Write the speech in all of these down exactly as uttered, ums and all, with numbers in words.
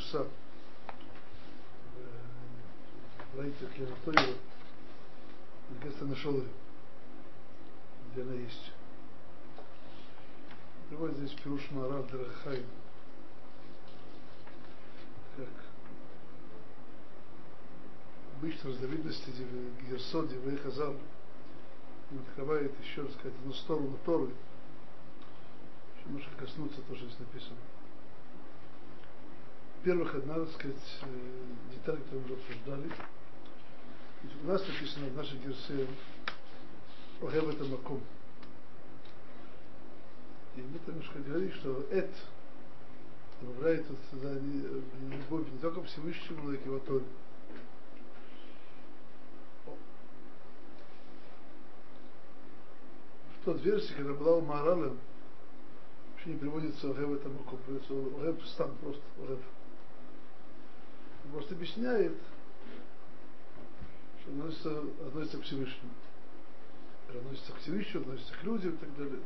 герса. Раите Клератойра. Наконец-то нашел ее, где она есть. Приводит здесь Пируш Маораль Дерехай, как обычно разновидности Герсот, Деврей Хазал, он открывает еще, так сказать, одну сторону Торы, еще немножко коснуться того, что здесь написано. Во-первых, одна, так сказать, деталь, которую мы уже обсуждали. У нас написано в нашей Герсе Огев это Маком. И мы там немножко говорили, что Эт добавляет вот сюда любовь не только к Всевышнему, но и к его Торе. В тот версии, когда была у Маорала, вообще не приводится Огев это Маком, приводится Огев стан просто, Огев. Он просто объясняет, что относится, относится к Всевышнему. Относится к Всевышнему, относится к людям и так далее.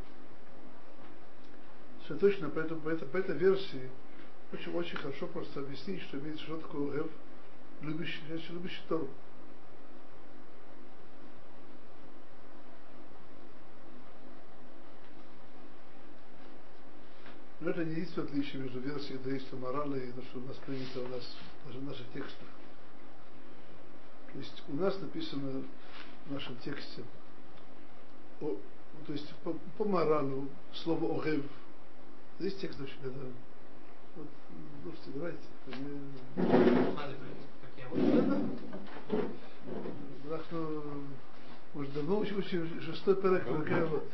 Все точно, поэтому по, это, по этой версии очень, очень хорошо просто объяснить, что имеется, что такое Огев, любящий, значит, любящий Тору. Но это не единственное отличие между версией Даиста Маорала и то, что у нас принято у нас, даже в наших текстах. То есть у нас написано в нашем тексте, о, то есть по, по Маоралу слово Огев, здесь текст очень это, вот, слушайте, давайте. אנחנו, может, давно учим шестой перек Перкей Авот.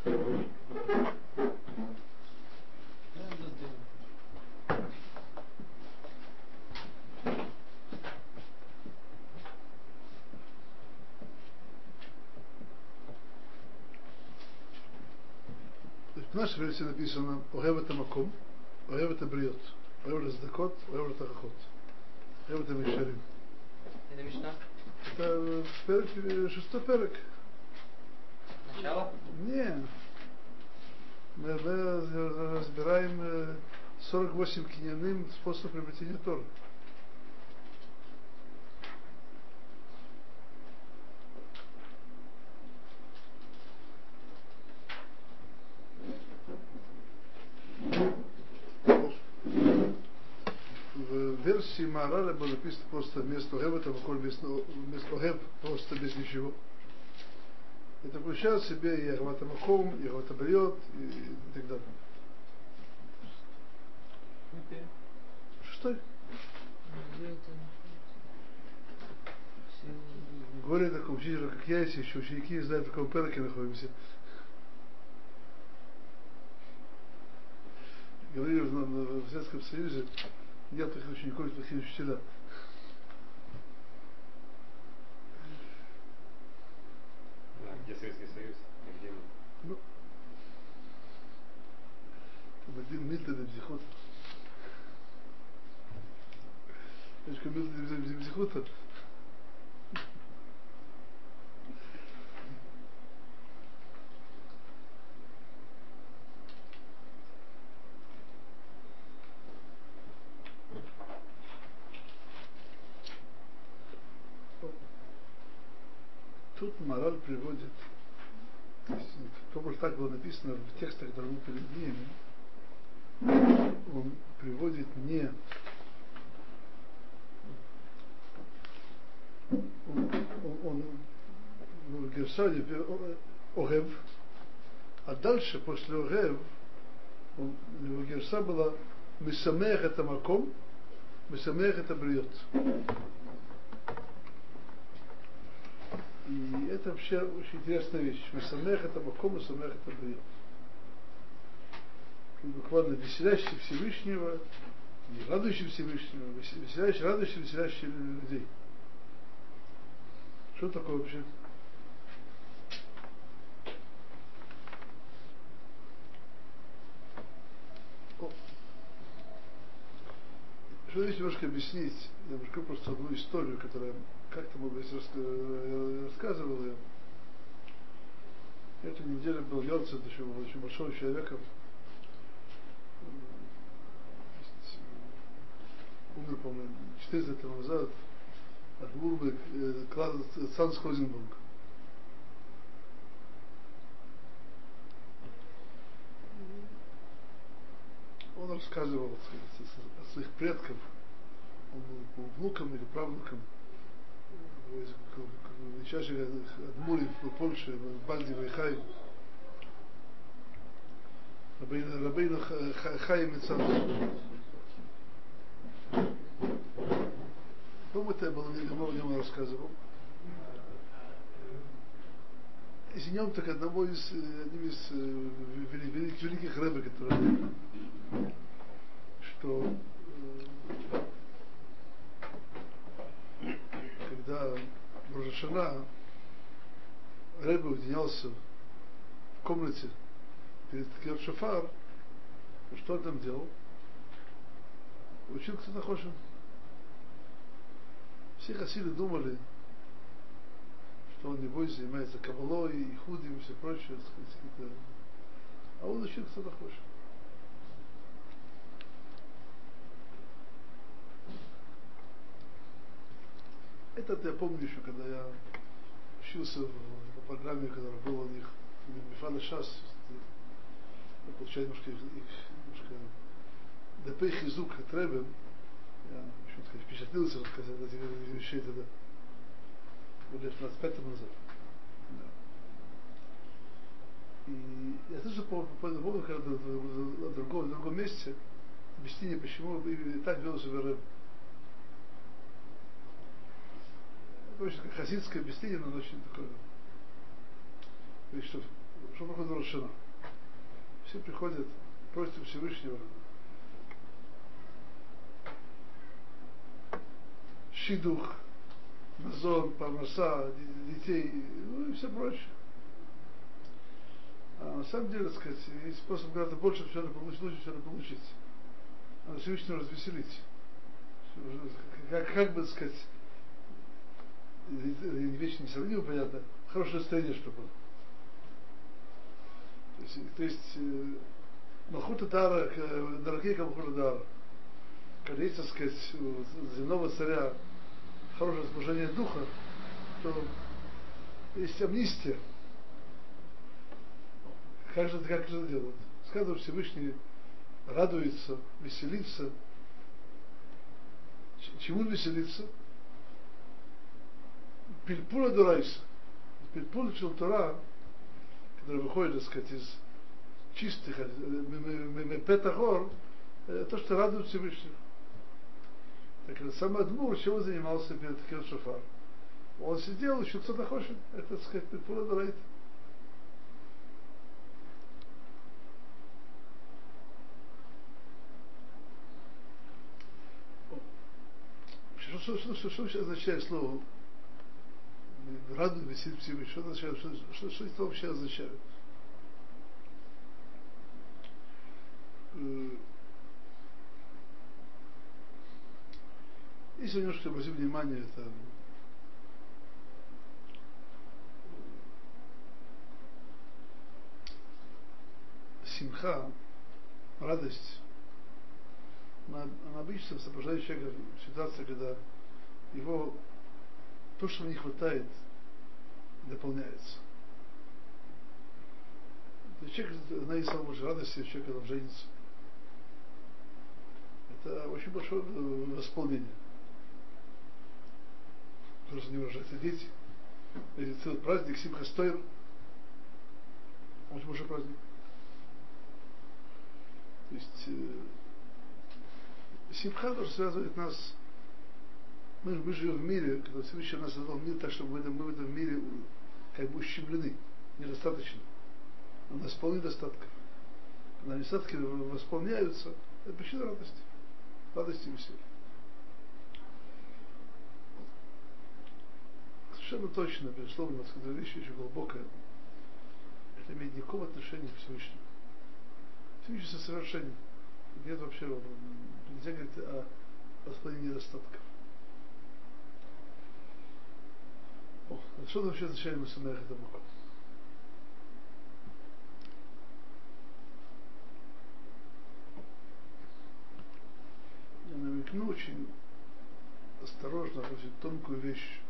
В нашей версии написано Огев это Маком, Огев это Бриот, Огев это Сдакот, Огев это Хахот, Огев это Мишарим. Это Мишна? Это перек, шестой перек. Начало? Не. Мы разбираем сорок восемь киньяным способ приобретения Торы. В версии Маорала было написано просто вместо Огев, это вместо, вместо Огев просто без ничего. Это включает в себе и Ахвата Маком, и Ахвата Бриот, и, и так далее. Okay. Шестой. Горе такого учителя, как я, если еще ученики не знают, в каком перке находимся. Говорили в, в, в Советском Союзе, нет таких учеников, плохие учителя. А где Советский Союз? И где мы? Ну, там один Мильтон и Бзихот. Дочка Мильтон и Бзихота. Тут Маораль приводит, потому что так было написано в текстах, которые мы перед ними, он приводит не он, он, он в Герсаде Огев, а дальше после Огев он, в Герса была Месамех это Маком, Месамех это Бриот. И это вообще очень интересная вещь. Месамех это Маком, Месамех это Бриот. Буквально веселящий Всевышнего, не радующий Всевышнего, веселящий, радующий, веселящий людей. Что такое вообще? О. Что здесь немножко объяснить, я расскажу просто одну историю, которая как-то, может быть, рассказывал ее. Эту неделю был Йорцет, еще очень большого человека. Умер, по-моему, четыреста лет тому назад Адмур Цанс Хозенбург. Он рассказывал, так сказать, о своих предках. Он был внуком или правнуком величайших адмуров в Польше, в Бальде Вайхай, Рабейну Хаим Мицан. По-моему, это было о нем рассказывал. Из нем так одного из, одним из великих, великих рэбе, которые, что когда в Рош ха-Шана рэбе уединялся в комнате перед Ткият Шофар, что он там делал? Учил кто-то хошен. Все хасиды думали, что он, небось, занимается кабалой, и худим, и все прочее, сказать, а он учил кто-то хошен. Это я помню еще, когда я учился в, в программе, которая была у них в Мифана Шас, я получаю немножко, немножко ДП Хизук Требен, я еще сказать, впечатлился рассказать эти вещи тогда, лет двадцать пять тому назад. Да. И я слышал по поводу, когда в другом, в другом месте объяснение, почему и так вел себя рэб. Очень хасидское объяснение, но очень такое. Что, что проходит Рош ха-Шана? Все приходят, просят Всевышнего шидух, мазон, парноса, детей, ну и все прочее. А на самом деле, так сказать, есть способ гораздо больше, все надо получить, лучше все надо получить. Надо Всевышнего развеселить. Как, как бы, так сказать, вещи не сравнимо, понятно, хорошее настроение, чтобы было. То есть, то есть Малхут Адара, дорогие Малхут Адара, когда есть, так сказать, у земного царя хорошее расположение духа, то есть амнистия. Как же, как же это делают? Сказывают, Всевышний радуется, веселится. Чему он веселится? Пильпула Дурайса. Пильпула Чилтура, который выходит, так сказать, из чистых, Петахор, то, что радует Всевышнего. Так это сам Адмур, чего занимался перед Ткият Шофар. Он сидел, еще кто-то хочет, это, так сказать, Пильпула Дурайса. Что, что, что, что, что вообще означает слово радует, веселит Всевышний? Что означает? Что, что, что это вообще означает? Если немножко обратим внимание, это симха, радость, она, она обычно сопровождает человека в ситуации, когда его то, что ему не хватает, дополняется. То есть человек, одна из самых больших радостей, человек, когда он женится, это очень большое восполнение. Просто не рождаются дети. Это целый праздник, Симха Стойр. Очень большой праздник. То есть э, Симха тоже связывает нас. Мы, мы живем в мире, когда Всевышний нас создал мир так, чтобы мы, мы в этом мире как бы ущемлены, недостаточно. У нас полны достатков. Когда недостатки восполняются, это причина радости. Радости и веселья. Совершенно точно, безусловно, сказать, вещь очень глубокая. Это имеет никакого отношения к Всевышнему. Всевышний совершенен. Нет вообще, нельзя говорить о восполнении недостатков. О, что вообще означает Мусамех это буква? Я намекну очень осторожно, очень тонкую вещь.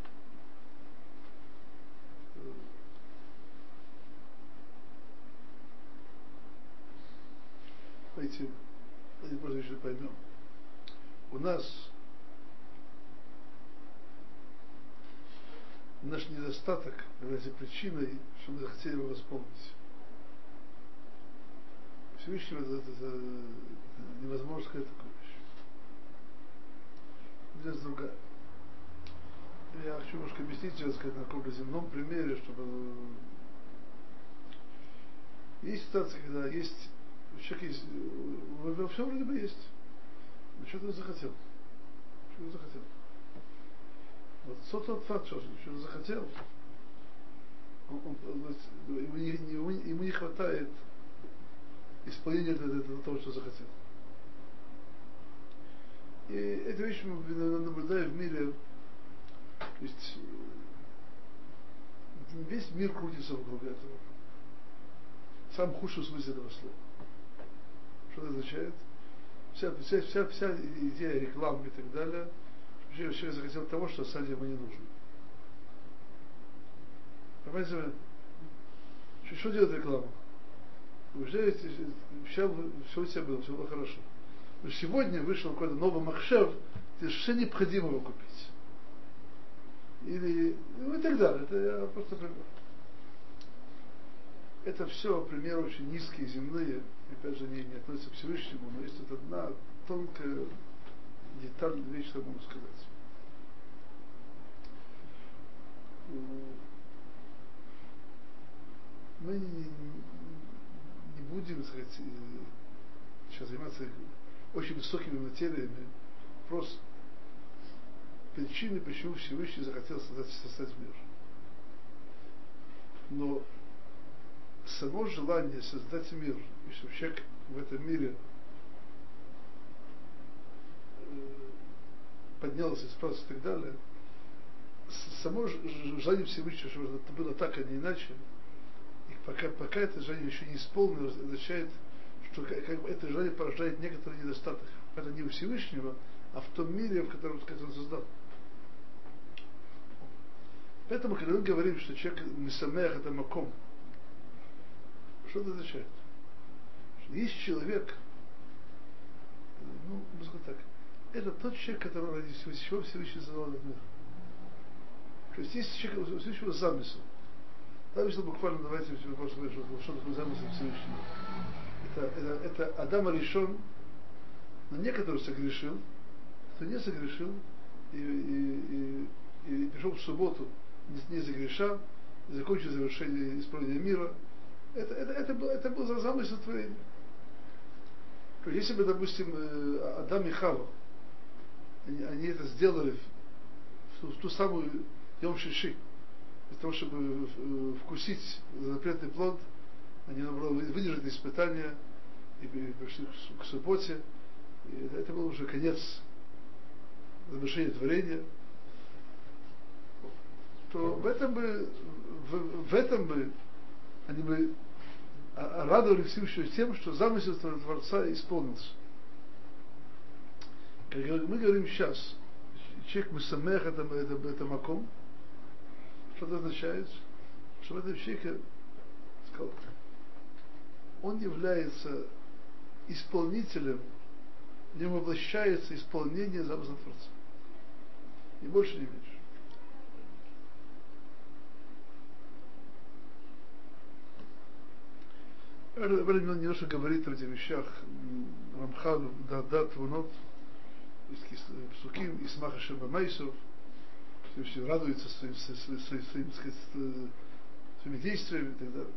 Знаете, давайте просто еще поймем. У нас наш недостаток является причиной, что мы захотели его восполнить. Всевышнего это, это, это невозможно сказать такую вещь. Здесь другая. Я хочу немножко объяснить, сейчас сказать, на каком-то земном примере, чтобы... Есть ситуация, когда есть... Человек есть... Во всем вроде бы есть. Но что-то захотел. Что-то захотел. Вот тот, тот факт, что что-то захотел, он, он, ему, не, ему, ему не хватает исполнения того, что захотел. И эту вещь мы наблюдаем в мире. То есть весь мир крутится вокруг этого. В самом худшем смысле этого слова. Что это означает? Вся, вся, вся, вся идея рекламы и так далее, что человек захотел того, что на самом деле ему не нужно. Понимаете, что, что делает реклама? Уже все, все у тебя было, все было хорошо. Но сегодня вышел какой-то новый махшев, тебе совершенно необходимо его купить. Или, ну и так далее. Это я просто пример. Это все примеры очень низкие, земные, опять же, не, не относятся к Всевышнему, но есть вот одна тонкая деталь, вещь, что я могу сказать. Мы не, не будем, так сказать, сейчас заниматься очень высокими материями, просто причины, почему Всевышний захотел создать, создать мир. Но само желание создать мир, и чтобы человек в этом мире поднялся, исправился и так далее, само желание Всевышнего, чтобы это было так, а не иначе, и пока, пока это желание еще не исполнено, означает, что как бы это желание порождает некоторый недостаток. Это не у Всевышнего, а в том мире, в котором, сказать, он создал. Поэтому, когда мы говорим, что человек мисамех это маком, что это означает? Что есть человек, ну, можно сказать так, это тот человек, который ради всего Всевышний создал этот мир. То есть есть человек, у Всевышнего замысел. Замысел буквально, давайте вопрос говорить, что, что такое замысел Всевышнего. Это, это, это Адам решен, но некоторый согрешил, кто не согрешил, и, и, и, и пришел в субботу, не, не загрешал, и закончил завершение исправления мира. Это, это, это, был, это был замысел творения. То есть, если бы, допустим, Адам и Хава, они, они это сделали в ту, в ту самую Йом Шиши, для того, чтобы вкусить запретный плод, они выдержали испытания и пришли к субботе. И это, это был уже конец завершения творения. То в этом бы, в, в этом бы они бы радовали Всевышнего тем, что замысел Творца исполнился. Как мы говорим сейчас, человек мисамех это, это, это маком, что это означает? Что в этом человеке, сказал, он является исполнителем, в нем воплощается исполнение замысла Творца. И больше не меньше. Временно немножко говорит о этих вещах Рамхал, Дадат, Твунот, Псуким, Исмаха Шебамайсов, все радуются своим, своим, своим, своим, сказать, своими действиями и так далее.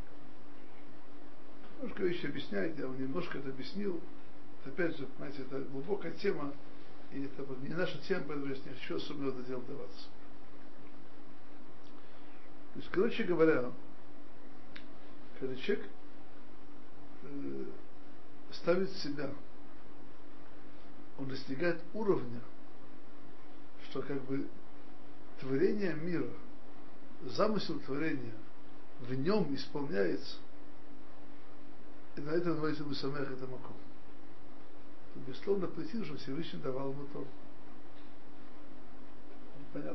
Немножко вещи объясняет, я вам немножко это объяснил. Опять же, понимаете, это глубокая тема, и это не наша тема, поэтому я не хочу особенно в это дело вдаваться. То есть, короче говоря, когда человек э, ставит себя, он достигает уровня, что как бы творение мира, замысел творения в нем исполняется, и на это называется Мусамех это маком. Безусловно, прийти, что Всевышний давал ему то. Понятно.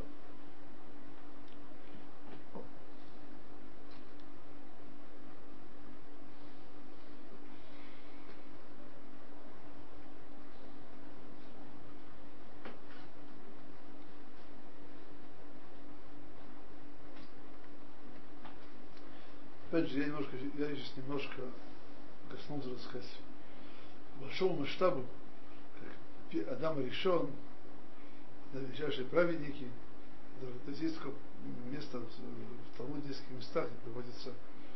Опять же, я немножко, я сейчас немножко коснулся, так сказать, большому масштабу, как Адам Ришон, величайшие праведники. То есть есть такое место в талмудических местах, где приводится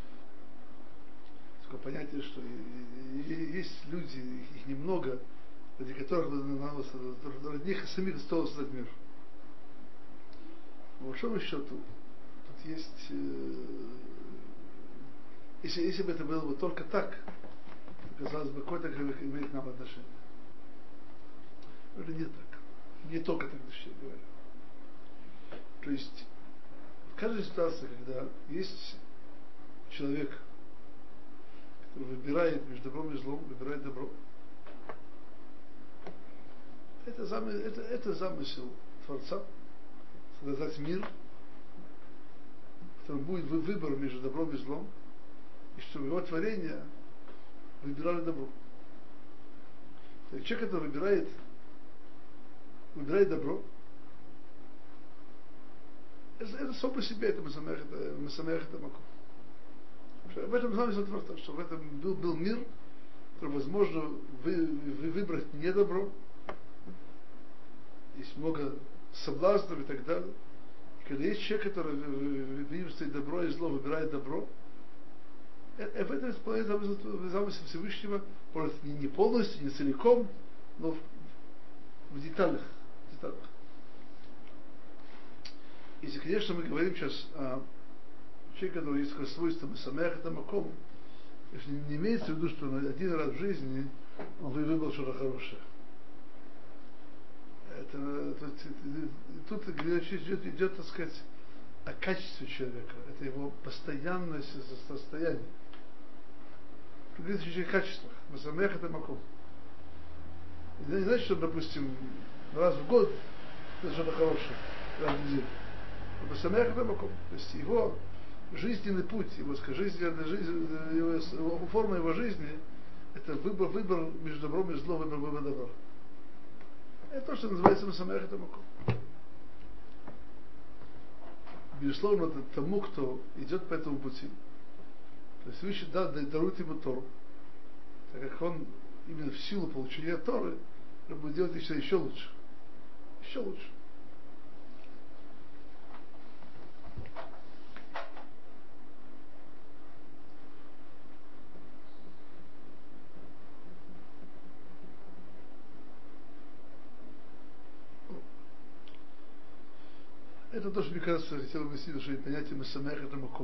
такое понятие, что есть люди, их немного, ради которых ради них самих стоило создать мир. По большому счету, тут есть, если, если бы это было бы только так, то, казалось бы, какой-то имеет к нам отношение. Но это не так. Не только так, точнее говоря. То есть, в каждой ситуации, когда есть человек, который выбирает между добром и злом, выбирает добро, это замысел, это, это замысел Творца, создать мир, в котором будет выбор между добром и злом, и чтобы его творения выбирали добро. То есть человек, который выбирает, выбирает добро, это, это сам по себе, это мы самых это маком. В этом замысел Творца, что в этом был, был мир, который возможно вы, вы, выбрать не добро, есть много соблазнов и так далее. И когда есть человек, который видит, что добро и зло, выбирает добро, в этом исполняется замысел Всевышнего, может, не, не полностью, не целиком, но в, в деталях. В деталях. Если, конечно, мы говорим сейчас о человеке, который есть такое свойство Месамеах это маком, если не имеется в виду, что он один раз в жизни он выбрал что-то хорошее. Это, тут, тут идет, идет, так сказать, о качестве человека. Это его постоянное состояние. Тут говорится еще о качествах. Месамеах это маком. Это не значит, что, допустим, раз в год это что-то хорошее, раз в неделю. Месамеах это маком. То есть его жизненный путь, его, жизненная жизнь, его, его, форма его жизни, это выбор, выбор между добром и злом, выбор, выбор добра. Это то, что называется Месамеах это маком. Безусловно, это тому, кто идет по этому пути. То есть Всевышний да, дарует ему Тору, так как он именно в силу получения Торы будет делать еще, еще лучше. Еще лучше. Это то, что, мне кажется, я хотел объяснить, что понятие Месамеах это маком.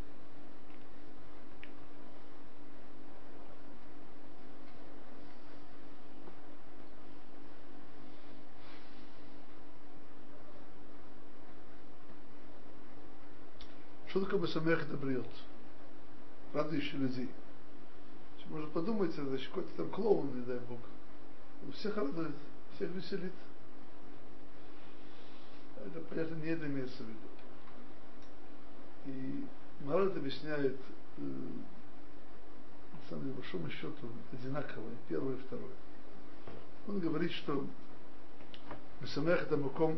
Что такое Месамеах это бриот? Радующий людей. Можно подумать, это значит, какой-то там клоун, не дай Бог. Он всех радует, всех веселит. Это, понятно, не это имеется в виду. И Марат это объясняет, э, на самом деле, по большому счету, одинаковое, первое и второе. Он говорит, что Месамеах это маком,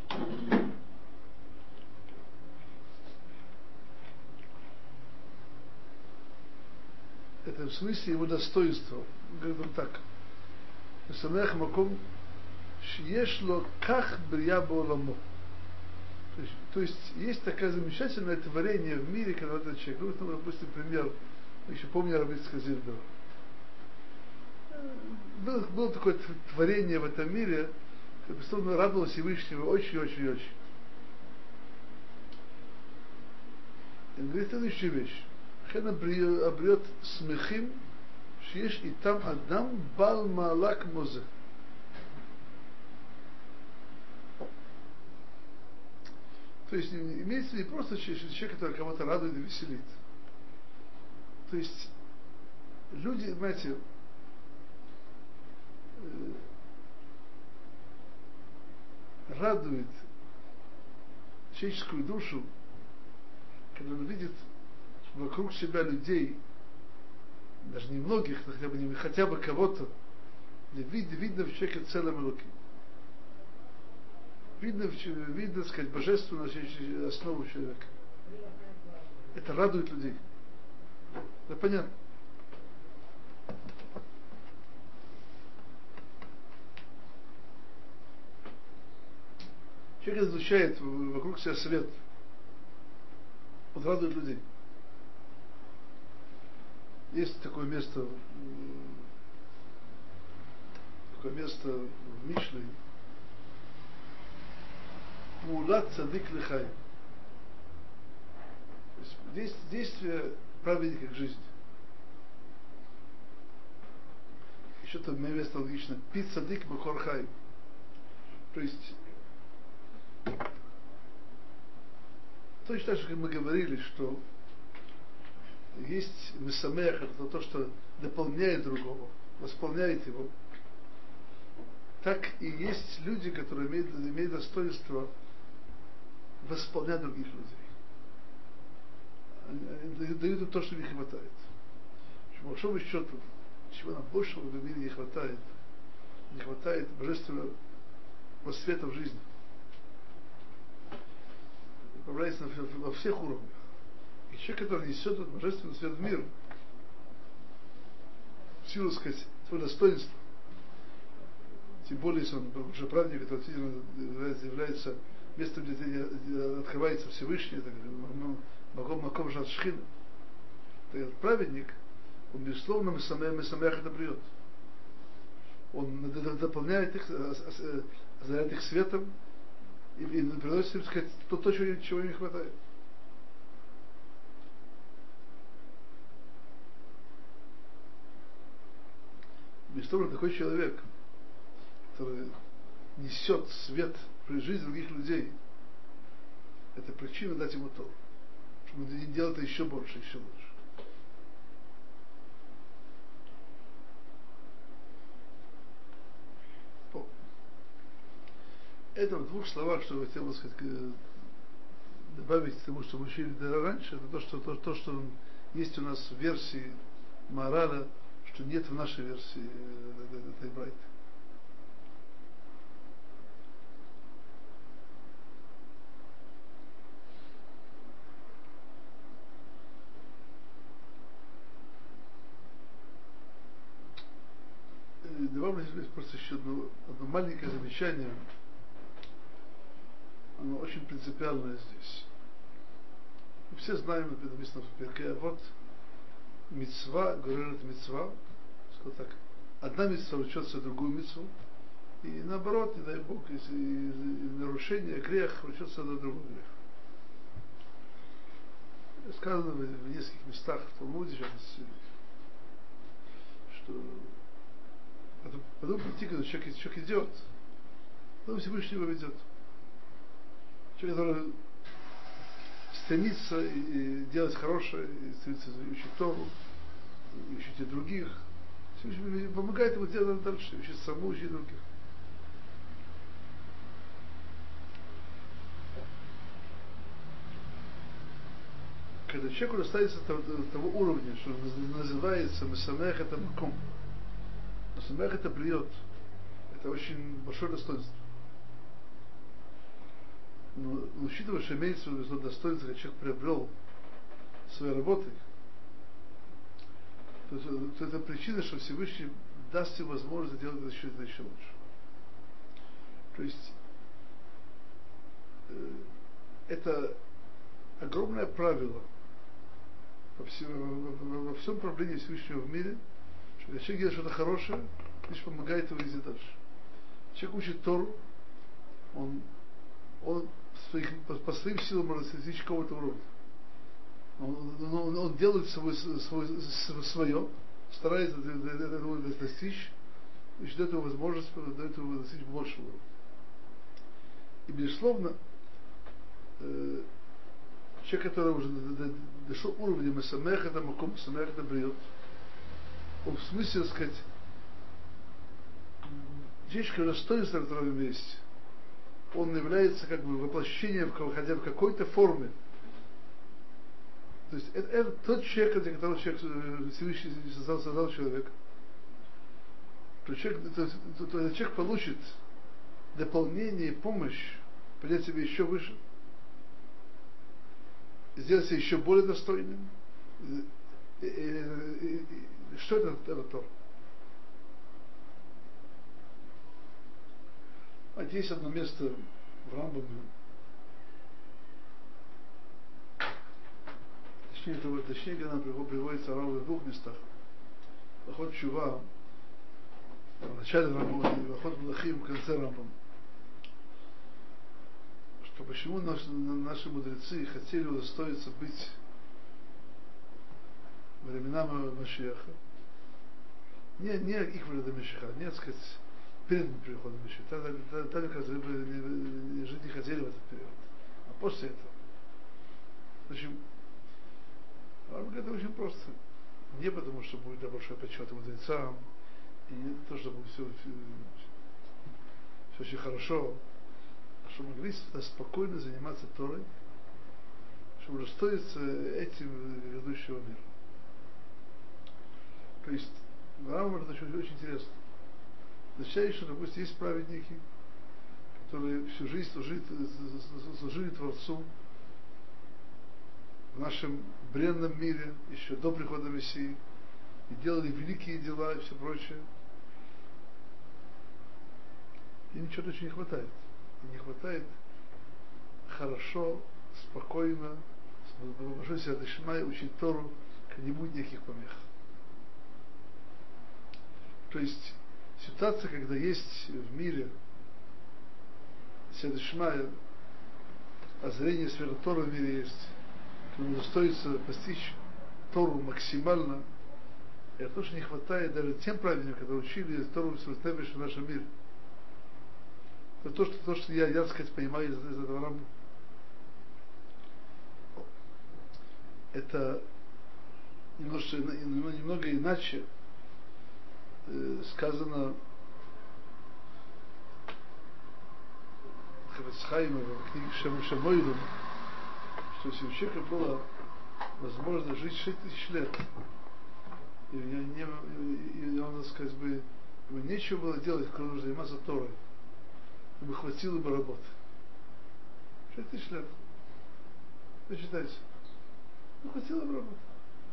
это в смысле его достоинства. Он говорит он так. Месамеах маком шиешло ках брия бооламо. То есть, то есть есть такое замечательное творение в мире, когда этот человек, ну, ну допустим, пример, еще помню Рабицкого Зильбера. Было, было такое творение в этом мире, которое, безусловно, радовало Всевышнего очень-очень-очень. И он говорит следующую вещь. Хен обрет смехим, шиеш и там адам бал маалак мозе. То есть имеется не просто человек, который кого-то радует и веселит. То есть люди, знаете, радует человеческую душу, когда он видит вокруг себя людей, даже не многих, но хотя бы, не, хотя бы кого-то, видно, видно в человеке целым руки. Видно, видно, сказать, божественную основу человека. Это радует людей. Это понятно. Человек излучает вокруг себя свет. Он радует людей. Есть такое место, такое место в Мишле. Пулат цадик лихай. Действие праведника к жизни. Еще там место логично. Пит цадик бахор хай. То есть точно так же, как мы говорили, что есть месамех, это то, что дополняет другого, восполняет его. Так и есть люди, которые имеют, имеют достоинство восполнять других людей. Они дают им то, что им не хватает. По большому счету, чего нам больше в мире не хватает, не хватает божественного света в жизни. Управляется во всех уровнях. И человек, который несет этот божественный свет в мир, в силу, так сказать, свое достоинство, тем более, если он уже праведник, это является, является местом, где открывается Всевышний, это Маком Маком Жат Шхина. Этот праведник, он, безусловно, Месамех это бьет. Он дополняет их, озаряет их светом и, и приносит им, сказать, то, то чего, чего им не хватает. Безусловно, такой человек, который несет свет в жизнь других людей, это причина дать ему то, чтобы он делал это еще больше, еще лучше. О. Это в двух словах, что я хотел бы сказать, добавить к тому, что мы учили раньше, это то, что, то, то, что есть у нас в версии Маораля, что нет в нашей версии этой брайты. Добавлю здесь просто еще одно, одно маленькое замечание. Оно очень принципиальное здесь. Мы все знаем, это написано в Перкей Авот, мицва горелет мицва, что так, одна мицва влечется в другую мицву, и наоборот, не дай Бог, если нарушение, грех влечется на другой грех. Сказано в нескольких местах в Талмуде, что потом прийти, когда человек, человек идет, потом Всевышний его ведет. Человек, который стремится и делать хорошее, и стремится учить Тору, и учить и других, Всевышний помогает ему делать дальше, учить саму, учить других. Когда человек уже ставится до того, того уровня, что называется Месамех это Маком, Месамех это блиет, это очень большое достоинство. Но учитывая, что имеется в виду достоинство, когда человек приобрел своей работой, то, то, то это причина, что Всевышний даст ему возможность сделать это еще, это еще лучше. То есть э, это огромное правило во всем, во, во всем правлении Всевышнего в мире, что когда человек делает что-то хорошее, лишь помогает его идти дальше. Человек учит Тору, он, он своих, по, по своим силам может достичь какого-то уровня. Он, он, он делает свой, свой, свое, старается этого достичь, и дает ему возможность, дает ему достичь большего уровня. И, безусловно, э, человек, который уже дошел уровня Месамех, это Маком, Месамех это бриот, он в смысле, так сказать, человеческое достоинство, которое есть, он является как бы воплощением, хотя бы в какой-то форме. То есть это, это тот человек, для которого человек, Всевышний создал, создал человека. То, человек, то, то, то человек получит дополнение и помощь, поднять себя еще выше, сделать себя еще более достойным. И, и, и, и, что это, это то? А есть одно место в Рамбаме, точнее, это, точнее, когда нам приводится Рамбам в двух местах. Вахот Чува, в начале Рамбама, и Вахот Млахим в конце Рамбама. Что почему наши, наши мудрецы хотели удостоиться быть времена Машиаха, не, не их времена Машиаха, не, так сказать, перед приходом Машиаха, так как жить не хотели в этот период, а после этого. Почему? Это очень просто. Не потому, что будет большой почет мудрецам, и не то, что будет все, все, все очень хорошо, а чтобы могли спокойно заниматься Торой, чтобы удостоиться этим грядущего мира. То есть, Рамбам это очень, очень интересно. Означает, что, допустим, есть праведники, которые всю жизнь служили, служили Творцу в нашем бренном мире, еще до прихода Мессии, и делали великие дела и все прочее. И ничего точно не хватает. И не хватает хорошо, спокойно, большой себя дышмай, учить Тору, не будет никаких помех. То есть ситуация, когда есть в мире Седешмая, озарение сферы Торы в мире есть, когда удостоится постичь Тору максимально, это то, что не хватает даже тем праведникам, которые учили Тору в нашем мире. Это то, что, то, что я, я, так сказать, понимаю из, из этого Рамбама. Это немножко, немного иначе э, сказано с Хаимом в книге Шем Шамойлом, что если у человека была возможность жить шесть тысяч лет, и, не, и, и он, так сказать, бы, ему нечего было делать, кроме заниматься Торой, ему хватило бы работы. Шесть тысяч лет. Вы считаете? Ну, хватило бы работы.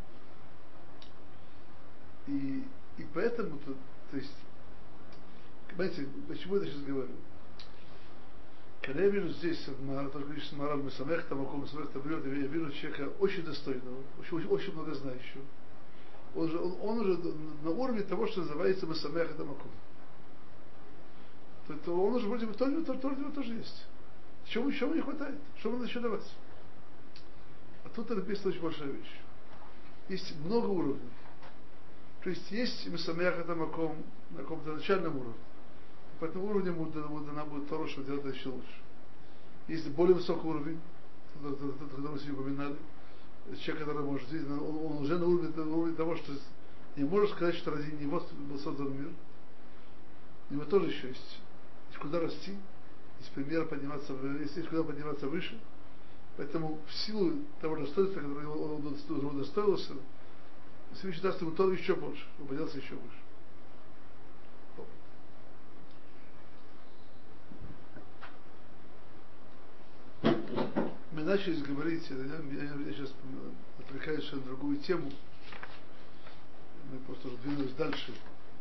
И, и поэтому, то, то есть, понимаете, почему я это сейчас говорю? Когда я вижу здесь, только количество мораль Месамех, там, около Месамех, там, я вижу человека очень достойного, очень, очень, очень многознающего. Он, же, он, он уже на уровне того, что называется Месамех, это Макум. То, то он уже вроде бы тоже, тоже, тоже, тоже есть. Чего еще не хватает? Что надо еще давать? А тут написана очень большая вещь. Есть много уровней. То есть есть Месамех, это Макум на каком-то начальном уровне. По этому уровню дана будет Тора, чтобы делать это еще лучше. Есть более высокий уровень, который мы сегодня упоминали, человек, который может видеть, он, он уже на уровне, на уровне того, что не может сказать, что ради него был создан мир. У него тоже еще есть. Есть куда расти, есть пример подниматься, есть, есть куда подниматься выше. Поэтому в силу того достоинства, которое он, он, он удостоился, Всевышний даст ему Тору еще больше, он поднялся еще выше. Мы начали говорить, я, я, я сейчас отвлекаюсь на другую тему, мы просто уже двинулись дальше.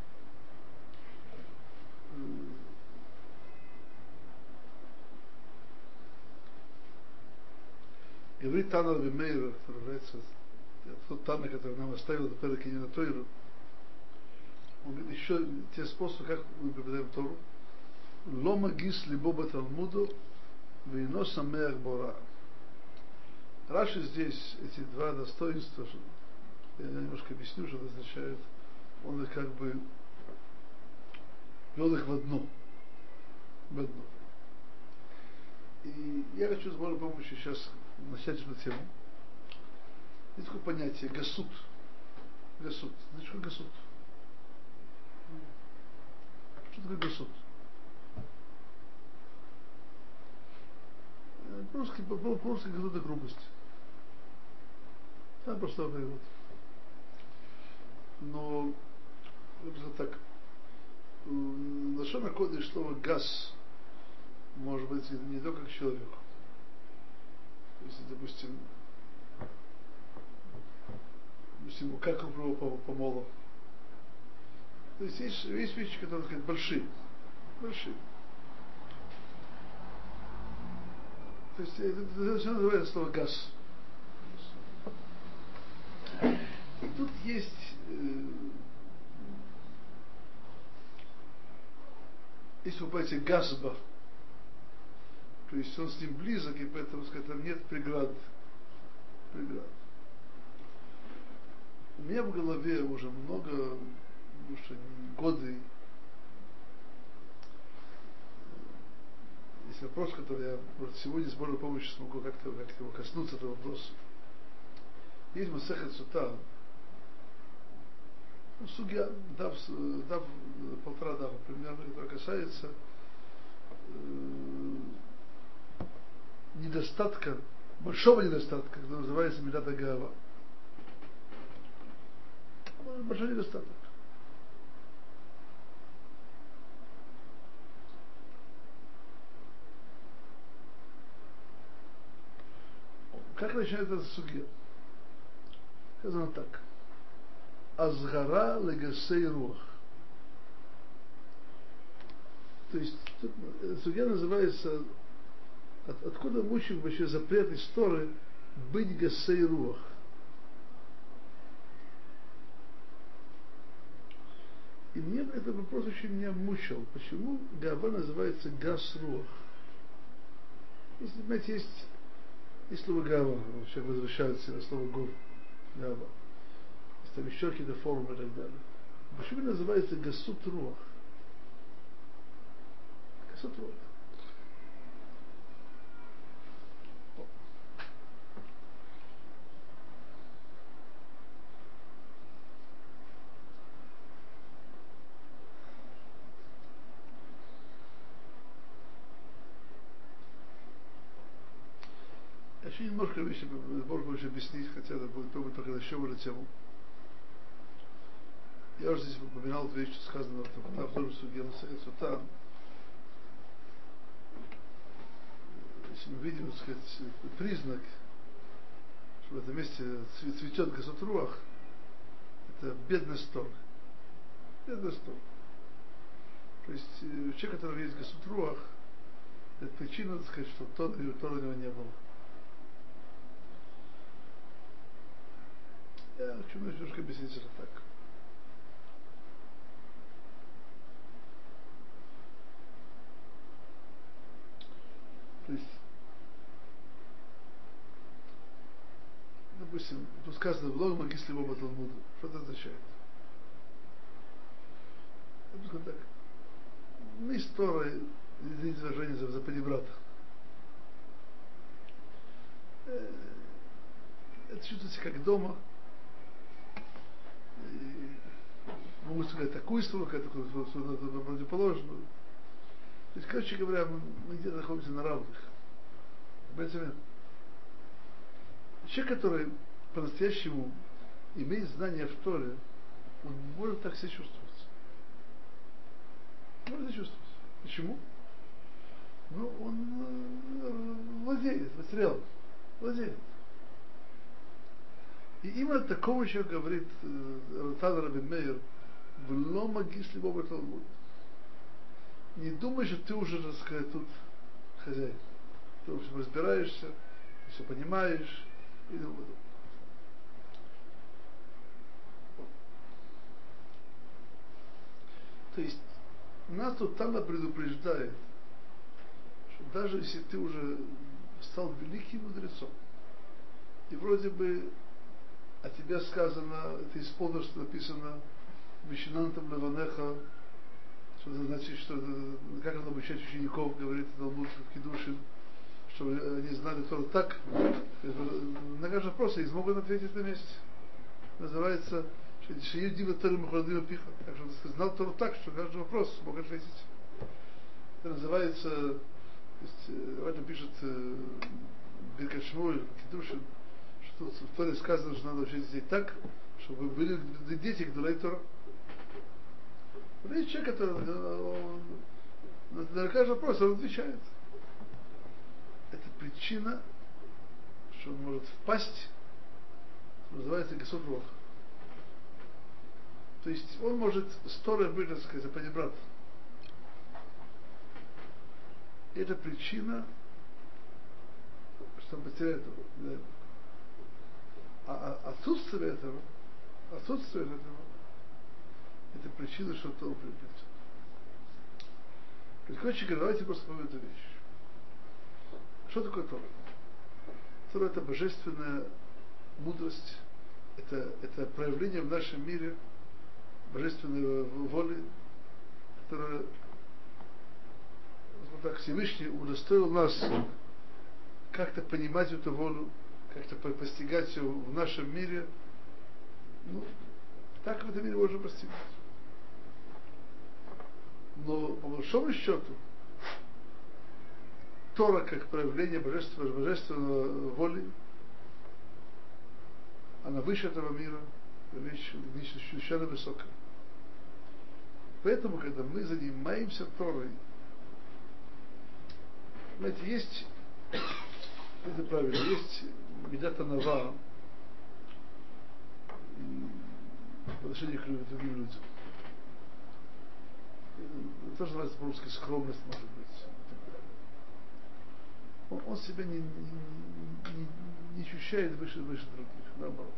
Говорит Тана Раби Меир, который является тот Тана, который нам оставил до Перек Иньяна Тойру, он говорит еще те способы, как мы преподаем Тору. Лома гис либо баталмуду, вейно самеах бора. Раши здесь эти два достоинства, я немножко объясню, что это означает. Он их как бы вел их в одно. В одно. И я хочу с Божьей помощью сейчас начать эту тему. Есть такое понятие гасут. Гасут. Знаете, что гасут? Что такое гасут? по-русски, по-русски какая-то грубость. Самый простой перевод. Но, я бы сказал так, лашон кодеш слово газ может быть не только к человеку. Если, допустим, допустим, как его помоло. То есть есть, есть вещи, которые, так сказать, большие. Большие. То есть это, это все называется слово газ. И тут есть э, есть в понятие газба. То есть он с ним близок, и поэтому, сказать, там нет преград. преград. У меня в голове уже много, ну, что годы, есть вопрос, который я, может, сегодня с Божьей помощью смогу как-то, как-то его коснуться, этого вопроса. Есть Масехет Сута, ну, судья, дав, дав полтора дава примерно, который касается э, недостатка, большого недостатка, который называется Медата Гава. Большой недостаток. Как начинается эта судья? Сказано так. Азгара легасей руах. То есть тут судья называется, от, откуда мучим вообще запрет из Торы быть гасей руах. И мне этот вопрос очень меня мучил. Почему Гава называется гас руах? Если, понимаете, есть, есть слово Гава, человек возвращается на слово Гов, Гава. Есть там еще какие-то формы и так далее. Почему называется гасут руах? Гасут руах. Я еще немножко вещи, может быть, объяснить, хотя это будет пробовать только еще в эту тему. Я уже здесь упоминал эту вещь, что сказано в обзоре судья на Сахет Сута. Если мы видим, так сказать, признак, что в этом месте цветет гасут руах, это бедность Торы. Бедность Торы. То есть человек, у которого есть гасут руах, это причина, так сказать, что Тора у него не было. Я хочу немножко объяснить это так. То есть, допустим, тут сказано «Влог магисли боба Талмуду». Что это означает? Допустим, так. Мы с Торой, извините выражение, за, за панибрата. Это чувствуется как дома. И могу сказать такую сторону, такую противоположную. То есть, короче говоря, мы, мы где-то находимся на равных. Понимаете? Человек, который по-настоящему имеет знания в Торе, он может так себя чувствовать. Может себя чувствовать. Почему? Ну, он э, владеет материалом. Владеет. И именно такому человеку говорит Ратан Рабин Меир, «Вло магис ли боба Талмуд». Не думай, что ты уже, так сказать, тут хозяин. Ты в общем разбираешься, все понимаешь. И тому подобное. То есть нас тут Тана предупреждает, что даже если ты уже стал великим мудрецом, и вроде бы о тебе сказано, ты исполнил, что написано «Вишинантам леванеха», что это значит, что как надо обучать учеников, говорит Талмуд в Кидушин, чтобы они знали Тору так. На каждый вопрос они смогут ответить на месте. Называется «Шею дива Тору мухрадима пиха». Так что он знал Тору так, что каждый вопрос смог ответить. Это называется, то есть, об этом пишет Биркат Шмуэль, Кедушин, что в Торе сказано, что надо учить детей так, чтобы были дети Гдулей Тора. Вот есть человек, который он, на каждый вопрос он отвечает. Это причина, что он может впасть, называется Гесуд Рох. То есть он может с Торой быть, так сказать, понебрат. Это причина, чтобы потерять его. Да. А, а отсутствие этого, отсутствие этого, это причина, что Тору приобретет. Короче говоря, давайте просто поймем эту вещь. Что такое Тора? Тора — это божественная мудрость, это, это проявление в нашем мире божественной воли, которая, вот так, Всевышний удостоил нас как-то понимать эту волю, как-то постигать ее в нашем мире. Ну, так в этом мире можно постигать. Но по большому счету Тора как проявление божественного, божественного воли, она выше этого мира, вещь совершенно высокая. Поэтому, когда мы занимаемся Торой, знаете, есть, это правильно, есть Мидат Анава по отношению к другим людям. Это тоже называется по-русски скромность, может быть. Он, он себя не, не, не, не ощущает выше, выше других, наоборот.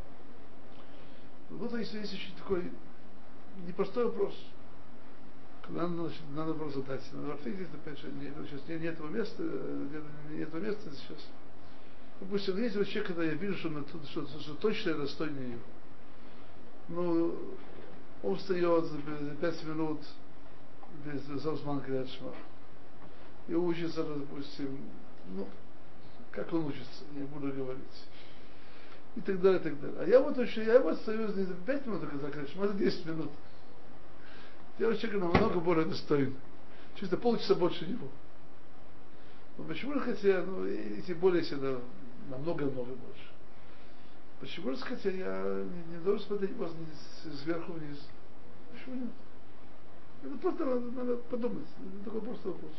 Вот если есть очень такой непростой вопрос, надо, значит, надо вопрос задать, надо ответить, опять же, нет, сейчас нет, нет этого места, нет, нет этого места сейчас. Допустим, есть вот человек, когда я вижу, что, что, что, что точно я достойнее его. Ну, он встает за пять минут без Заусман Крiyat Шма и учится, допустим, ну, как он учится, я буду говорить. И так далее, и так далее. А я вот еще, я вот стою не за пять минут только за Крiyat Шма, а за десять минут. Я вот человек намного более достоин. Чисто полчаса больше него. Но почему, хотя, ну, и тем более, если это намного-намного больше. Почему же, хотя, я не, не должен смотреть вас сверху вниз? Почему нет? Это просто надо, надо подумать. Это такой просто вопрос.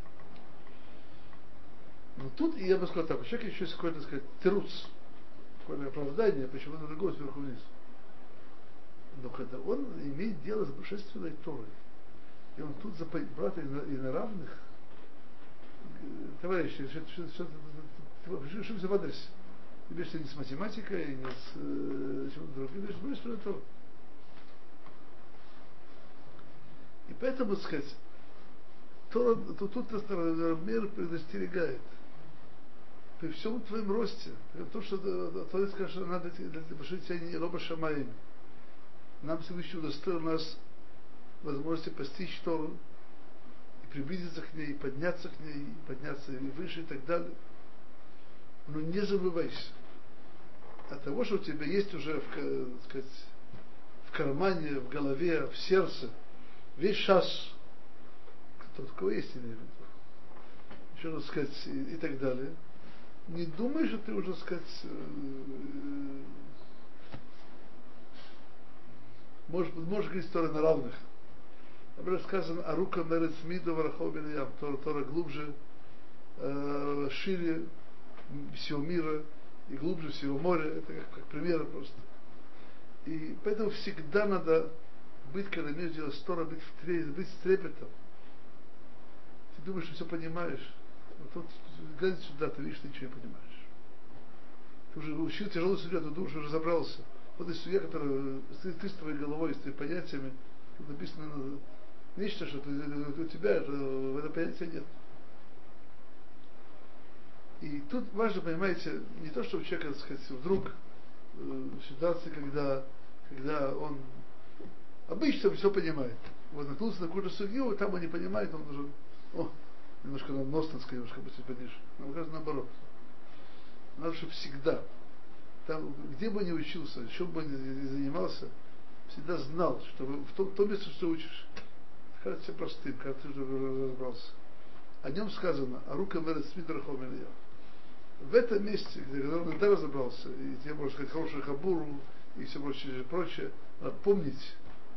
Но тут, я бы сказал так, у человека еще есть какое-то, так сказать, тируц, какое-то оправдание, почему надо другого сверху вниз. Но когда он имеет дело с божественной Торой, и он тут за брата и на, и на равных, товарищи, что, что, что, что, что, что в адресе? Ты имеешь не с математикой, не с э, чем-то другим, имеешь с божественной Торой. И поэтому, так сказать, Тора, тут, тут нас мир предостерегает. При всем твоем росте, при том, что Тора скажет, что надо пошить себя не роба шамаим. Нам Всевышний удостоил нас возможности постичь Тору и приблизиться к ней, и подняться к ней, и подняться и выше и так далее. Но не забывайся от того, что у тебя есть уже в, так сказать, в кармане, в голове, в сердце весь шас, тот, у кого есть, имею в виду, еще раз сказать, и, и так далее. Не думай, что ты уже, сказать, э, можешь, можешь говорить Торы на равных. Например, сказано, Арука мерец миду варахов бен ям. Тора, Тора глубже, э, шире всего мира и глубже всего моря. Это как, как пример просто. И поэтому всегда надо быть, когда имеешь дело с Торой, быть, в трепете, быть с трепетом. Ты думаешь, что все понимаешь. Вот тут, глядя сюда, ты видишь, ты ничего не понимаешь. Ты уже учил тяжелую судью, ты думаешь, уже разобрался. Вот есть судья, которая ты, ты с твоей головой, с твоими понятиями, тут написано нечто, что ты, у тебя это, в это понятия нет. И тут важно, понимаете, не то, что у человека, так сказать, вдруг э, ситуация, когда, когда он обычно все понимает. Вот наткнулся на какую-то судью, там он не понимает, он уже, о, немножко на нос, так сказать, немножко быть пониже. Нам кажется наоборот. Надо, чтобы всегда, там, где бы ни учился, чем бы ни занимался, всегда знал, что в том, в том месте, что учишь, кажется простым, кажется, что уже разобрался. О нем сказано, а рука мерец мид рахов бен ям. в этом месте, где он да разобрался, и тебе можно сказать хорошую хабуру, и все прочее, прочее, надо помнить,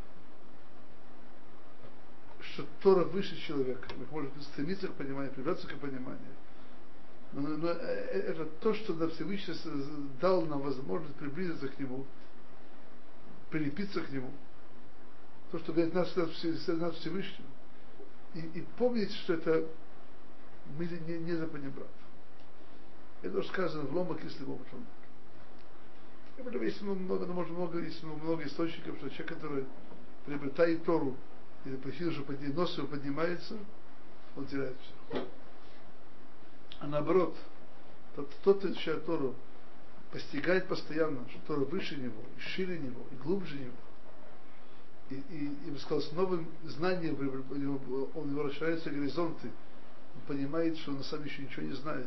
что Тора выше человека, может стремиться к пониманию, приближаться к пониманию. Но, но, но это то, что нам Всевышний дал нам возможность приблизиться к Нему, прилепиться к Нему. То, что говорит нас, нас Всевышним. И, и помнить, что это мы не, не запомним брат. Это уже сказано в Ломах, если Бог учил. И об этом есть много, можно много, есть много источников, что человек, который приобретает Тору, и допустил, что нос его поднимается, он теряет все. А наоборот, тот, кто изучает Тору, постигает постоянно, что Тора выше него, и шире него, и глубже него. И, и, и бы сказал, с новым знанием он его расширяются горизонты, он понимает, что он на самом деле еще ничего не знает.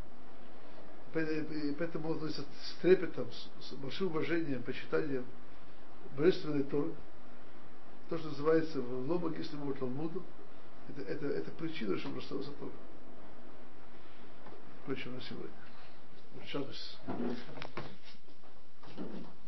И поэтому он относится с трепетом, с, с большим уважением, почитанием божественной Торы. То, что называется в Ломах, если мы Талмуду, это, это, это причина, чтобы расстался Торой. Кончим на сегодня. Шаббос.